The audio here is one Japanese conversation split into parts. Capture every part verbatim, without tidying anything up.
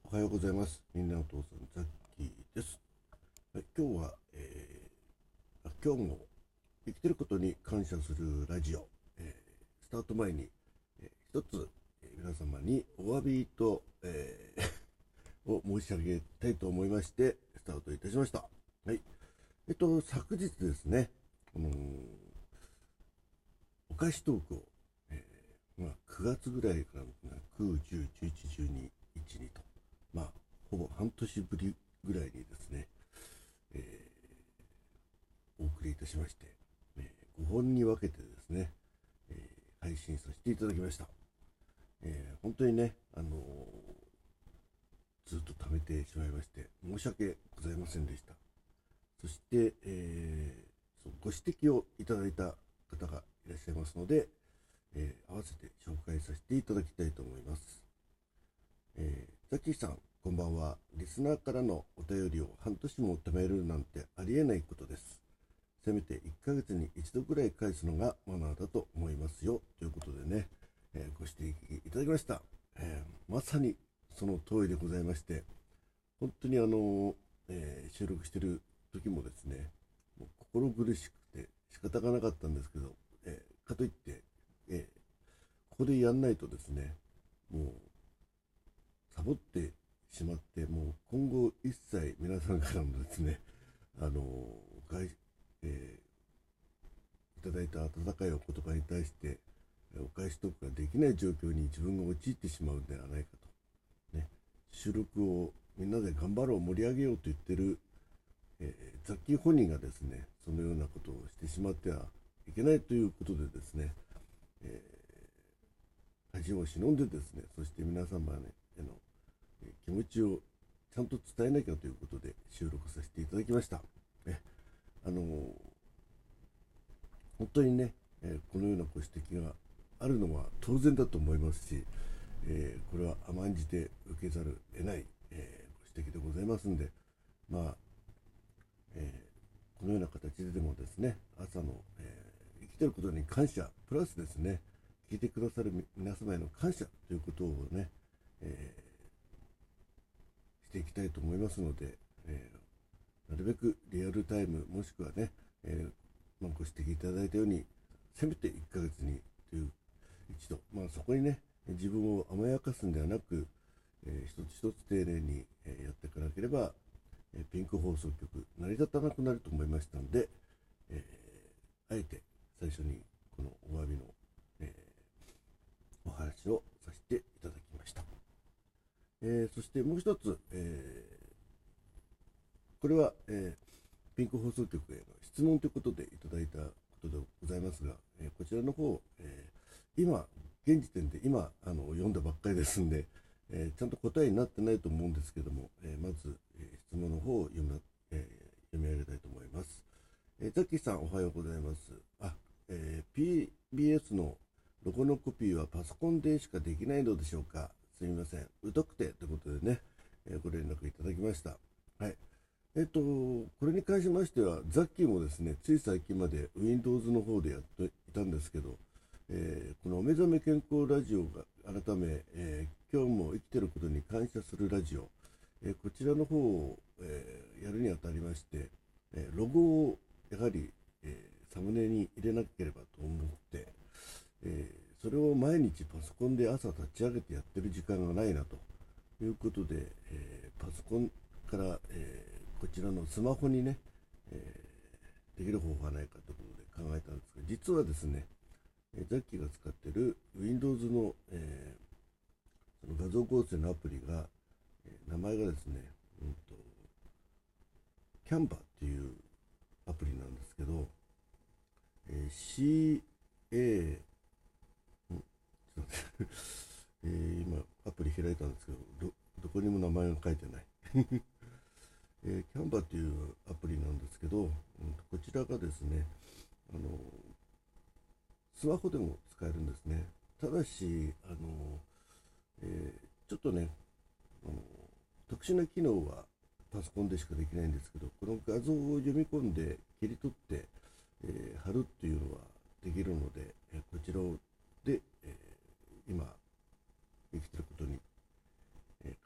おはようございます。みんなのお父さん、ザッキーです。はい、今日は、えーあ今日も生きてることに感謝するラジオ、えースタート前に、えー一つ、えー皆様にお詫びと、えーを申し上げたいと思いまして、スタートいたしました。はい。えっと、昨日ですね、あのーお返しトークを、えーまあ、くがつぐらいからく、じゅう、じゅういち、じゅうに、いち、にと、まあ、ほぼ半年ぶりぐらいにですね、えーお送りいたしまして、えーごほんに分けてですね、えー配信させていただきました。えー本当にね、あのーずっと貯めてしまいまして、申し訳ございませんでした。そして、えーそうご指摘をいただいた方がいらっしゃいますので、えー合わせて紹介させていただきたいと思います。えーザッキーさん、こんばんは。リスナーからのお便りを半年も貯めるなんてありえないことです。せめていっかげつに一度ぐらい返すのがマナーだと思いますよ。ということでね、えーご指摘いただきました。えーまさにその通りでございまして、本当にあの、えー収録している時もですね、もう心苦しくて仕方がなかったんですけど、えーかといって、えーここでやんないとですね、もうサボってしまって、もう今後一切皆さんからのですね、あの、外えーいただいた温かいお言葉に対してお返しトークができない状況に自分が陥ってしまうのではないかと、ね、収録をみんなで頑張ろう盛り上げようと言ってる、えー、ザッキー本人がですねそのようなことをしてしまってはいけないということでですね、えー、恥を忍んでですね、そして皆様への気持ちをちゃんと伝えなきゃということで収録させていただきました。えあのー本当にね、えーこのようなご指摘があるのは当然だと思いますし、えーこれは甘んじて受けざるを得ない、えーご指摘でございますんで、まあ、えーこのような形ででもですね、朝の、えー生きてることに感謝、プラスですね、聞いてくださる皆様への感謝ということをね、えーしていきたいと思いますので、えーなるべくリアルタイム、もしくはね、えーまあ、ご指摘いただいたように、せめていっかげつにという一度、まあ、そこにね、自分を甘やかすんではなく、えー一つ一つ丁寧に、えーやっていかなければ、えーピンク放送局、成り立たなくなると思いましたので、えーあえて最初にこのお詫びの、えーお話をさせていただきました。えーそしてもう一つ、えーこれは、えーピンク放送局への質問ということでいただいたことでございますが、えーこちらの方、えー今、現時点で今あの読んだばっかりですんで、えーちゃんと答えになってないと思うんですけども、えーまず、えー質問の方を読み,、えー読み上げたいと思います。えーザッキーさん、おはようございます。あ、えー ピービーエス のロゴのコピーはパソコンでしかできないのでしょうか。すみません。疎くてということでね、えーご連絡いただきました。はい。えっと、これに関しましては、ザッキーもですね、つい最近まで Windows の方でやっていたんですけど、えーこのお目覚め健康ラジオが改め、えー今日も生きてることに感謝するラジオ、えーこちらの方を、えーやるにあたりまして、えーロゴをやはり、えーサムネに入れなければと思って、えーそれを毎日パソコンで朝立ち上げてやってる時間がないなということで、えーパソコンから、えーこちらのスマホにね、えーできる方法がないかということで考えたんですが、実はですね、えーザッキーが使っている Windows の、えーその画像合成のアプリが、えー名前がですね、うんと、キャンバっていうアプリなんですけど、えー シーエー、んちょっと待って、えー今アプリ開いたんですけど、ど、どこにも名前が書いてない。えー、キャンバというアプリなんですけど、うん、こちらがですね、あのスマホでも使えるんですね。ただし、あのえーちょっとね、あの特殊な機能はパソコンでしかできないんですけど、この画像を読み込んで切り取って、えー貼るっていうのはできるので、えーこちらをで、えー今生きてることに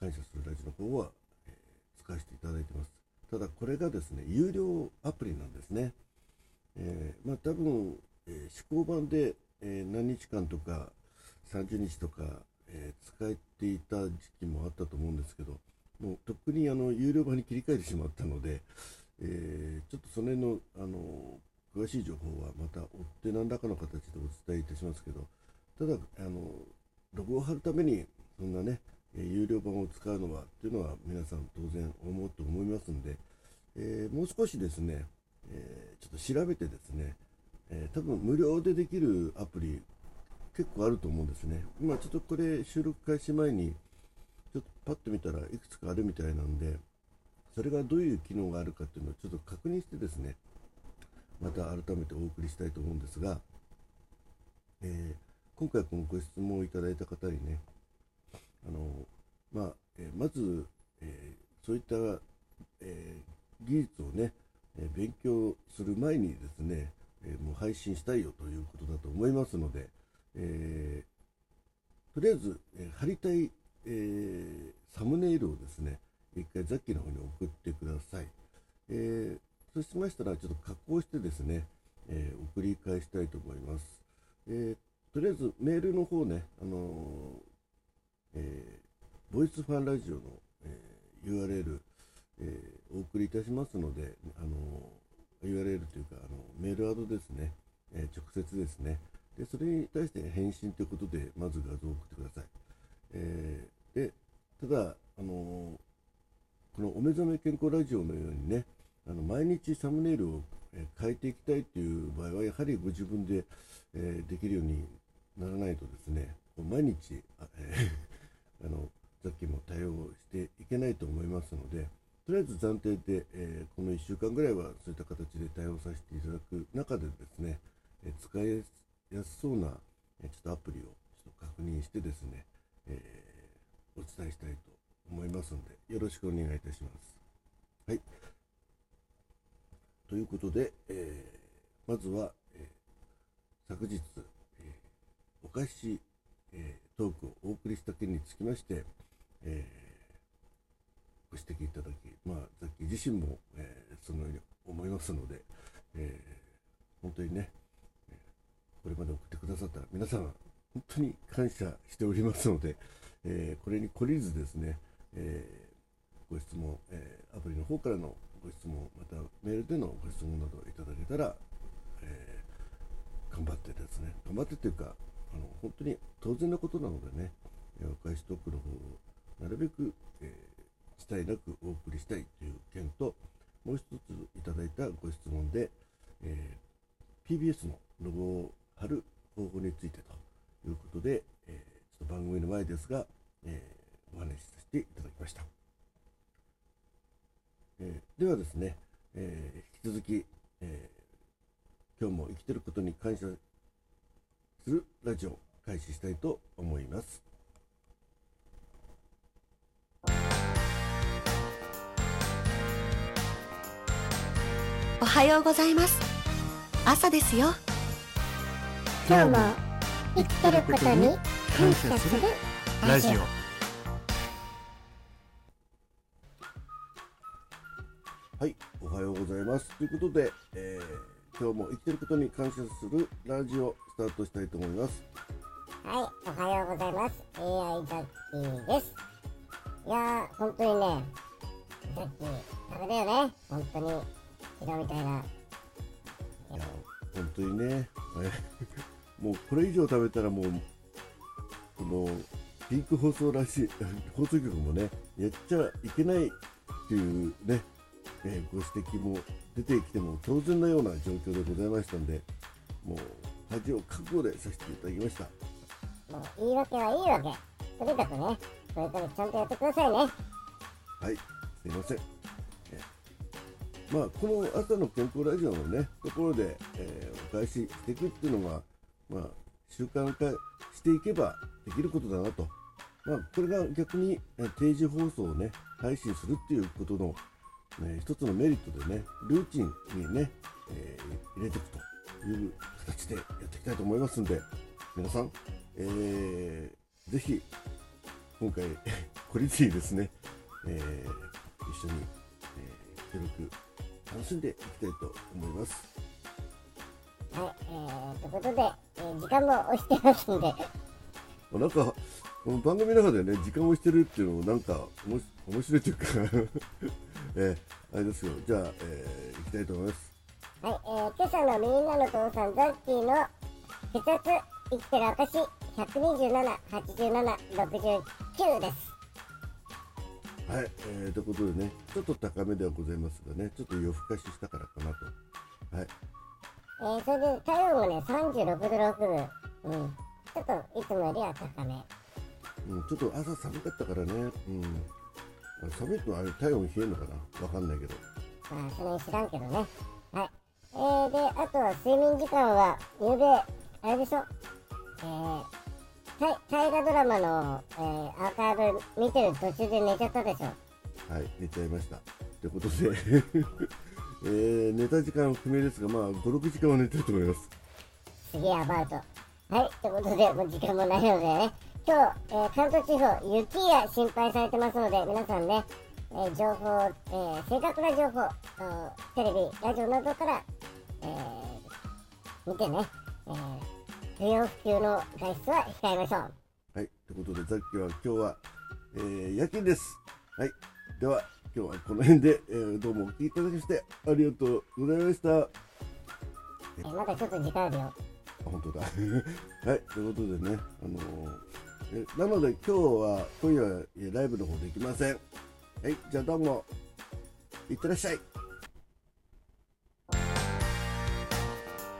感謝するラジオの方は、えー、使わせていただいてます。ただこれがですね、有料アプリなんですね。えー、まあ多分、えー、試行版で、えー、何日間とかさんじゅうにちとか、えー、使えていた時期もあったと思うんですけど、もうとっくにあの有料版に切り替えてしまったので、えー、ちょっとその辺の、あの詳しい情報はまた追って何らかの形でお伝えいたしますけど、ただあのロゴを貼るためにそんなね有料版を使うのはっていうのは皆さん当然思うと思いますんで、えー、もう少しですね、えー、ちょっと調べてですね、えー、多分無料でできるアプリ結構あると思うんですね。今ちょっとこれ収録開始前にちょっとパッと見たらいくつかあるみたいなんで、それがどういう機能があるかっていうのをちょっと確認してですね、また改めてお送りしたいと思うんですが、えー、今回このご質問をいただいた方にね、あのまあえー、まず、えー、そういった、えー、技術をね、えー、勉強する前にですね、えー、もう配信したいよということだと思いますので、えー、とりあえず、えー、貼りたい、えー、サムネイルをですね、一回ザッキーの方に送ってください。えー、そうしましたらちょっと加工してですね、えー、送り返したいと思います。えー、とりあえずメールの方ね、あのーえー、ボイスファンラジオの、えー、ユーアールエル、えー、お送りいたしますので、あのー、ユーアールエル というかあのメールアドですね、えー、直接ですね。でそれに対して返信ということでまず画像を送ってください。えー、でただ、あのー、このお目覚め健康ラジオのようにね、あの毎日サムネイルを変えていきたいという場合はやはりご自分で、えー、できるようにならないとですね、毎日あ、えー、あのさっきも対応していけないと思いますので、とりあえず暫定で、えー、このいっしゅうかんぐらいはそういった形で対応させていただく中でですね、えー、使いやすそうな、えー、ちょっとアプリをちょっと確認してですね、えー、お伝えしたいと思いますのでよろしくお願いいたします。はい。ということで、えー、まずは、えー、昨日、えー、お菓子、えー、トークをお送りした件につきまして、えー、ご指摘いただき、まあ、さっき自身も、えー、そのように思いますので、えー、本当にね、これまで送ってくださった皆さん、本当に感謝しておりますので、えー、これに懲りずですね、えー、ご質問、えー、アプリの方からのご質問、またメールでのご質問などいただけたら、えー、頑張ってですね、頑張ってというか、あの本当に当然のことなのでね、お返しトークの方をなるべく、えー、伝えなくお送りしたいという件と、もう一ついただいたご質問で、えー、ピービーエス のロゴを貼る方法についてということで、えー、ちょっと番組の前ですが、えー、お話しさせていただきました。えー、ではですね、えー、引き続き、えー、今日も生きてることに感謝するラジオを開始したいと思います。 おはようございます。朝ですよ。 今日も生きてることに感謝するラジオ。 はい、おはようございます。ということで、えー、今日も生きてることに感謝するラジオスタートしたいと思います。 はい、おはようございます。エーアイ ザッキーです。いやー、本当にね、ザッキー、ダメだよね。本当に、昨日みたいな。いや、 本当にね、もうこれ以上食べたらもう、このピーク放送らしい、放送局もね、やっちゃいけないっていうね、えー、ご指摘も出てきても当然のような状況でございましたので、もう恥を覚悟でさせていただきました。 もう言い訳はいいわけ。とにかくね、それからちゃんとやってくださいね。はい、 すいません。えー、まあこの朝の健康ラジオのねところで、えー、お返ししていくっていうのが、まあ習慣化していけばできることだなと。まあこれが逆に定時放送をね配信するっていうことのね、一つのメリットでね、ルーチンにね、えー、入れていくという形でやっていきたいと思いますんで、皆さん、えー、ぜひ今回懲りずにですね、えー、一緒に、えー、協力楽しんでいきたいと思います。 はい、えー、ということで、えー、時間も押してますんでなんかこの番組の中でね、時間を押してるっていうのもなんかおもし面白いというか、えー、あれですよ。じゃあ、えー、いきたいと思います。 はい、えー、今朝のみんなの父さんザッキーの血圧生きてる証ひゃくにじゅうなな、はちじゅうなな、ろくじゅうきゅうです。 はい、えー、ということでね、ちょっと高めではございますがね、ちょっと夜更かししたからかなと。はい。 えー、それで体温もね、さんじゅうろくどろくぶ、うん、ちょっといつもよりは高め。 うん、ちょっと朝寒かったからね、うん、寒いとあれ体温冷えるのかな、わかんないけど。 まあ、それに知らんけどね。はい。えー、で、あとは睡眠時間は、ゆうべ、あれでしょ、えー、大河ドラマの、えー、アーカイブ見てる途中で寝ちゃったでしょ。 はい、寝ちゃいました。ということで、えー、寝た時間不明ですが、まあ、ご、ろくじかんは寝てると思います。 すげえアバウト。はい、ということで、もう時間もないのでね、今日、えー、関東地方、雪が心配されてますので、皆さんね、えー、情報、えー、正確な情報、テレビ、ラジオなどから、えー、見てね、えー、不要不急の外出は控えましょう。 はい、ということで、さっきは今日は、えー、夜勤です。はい、では、今日はこの辺で、えー、どうもお聞きいただきましてありがとうございました。えー、まだちょっと時間あるよ。 あ、本当だ。はい、ということでね、あのー、えなので今日は、今夜はライブの方できません。はい、じゃあどうも、いってらっしゃい。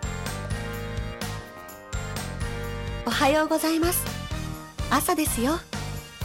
おはようございます。朝ですよ。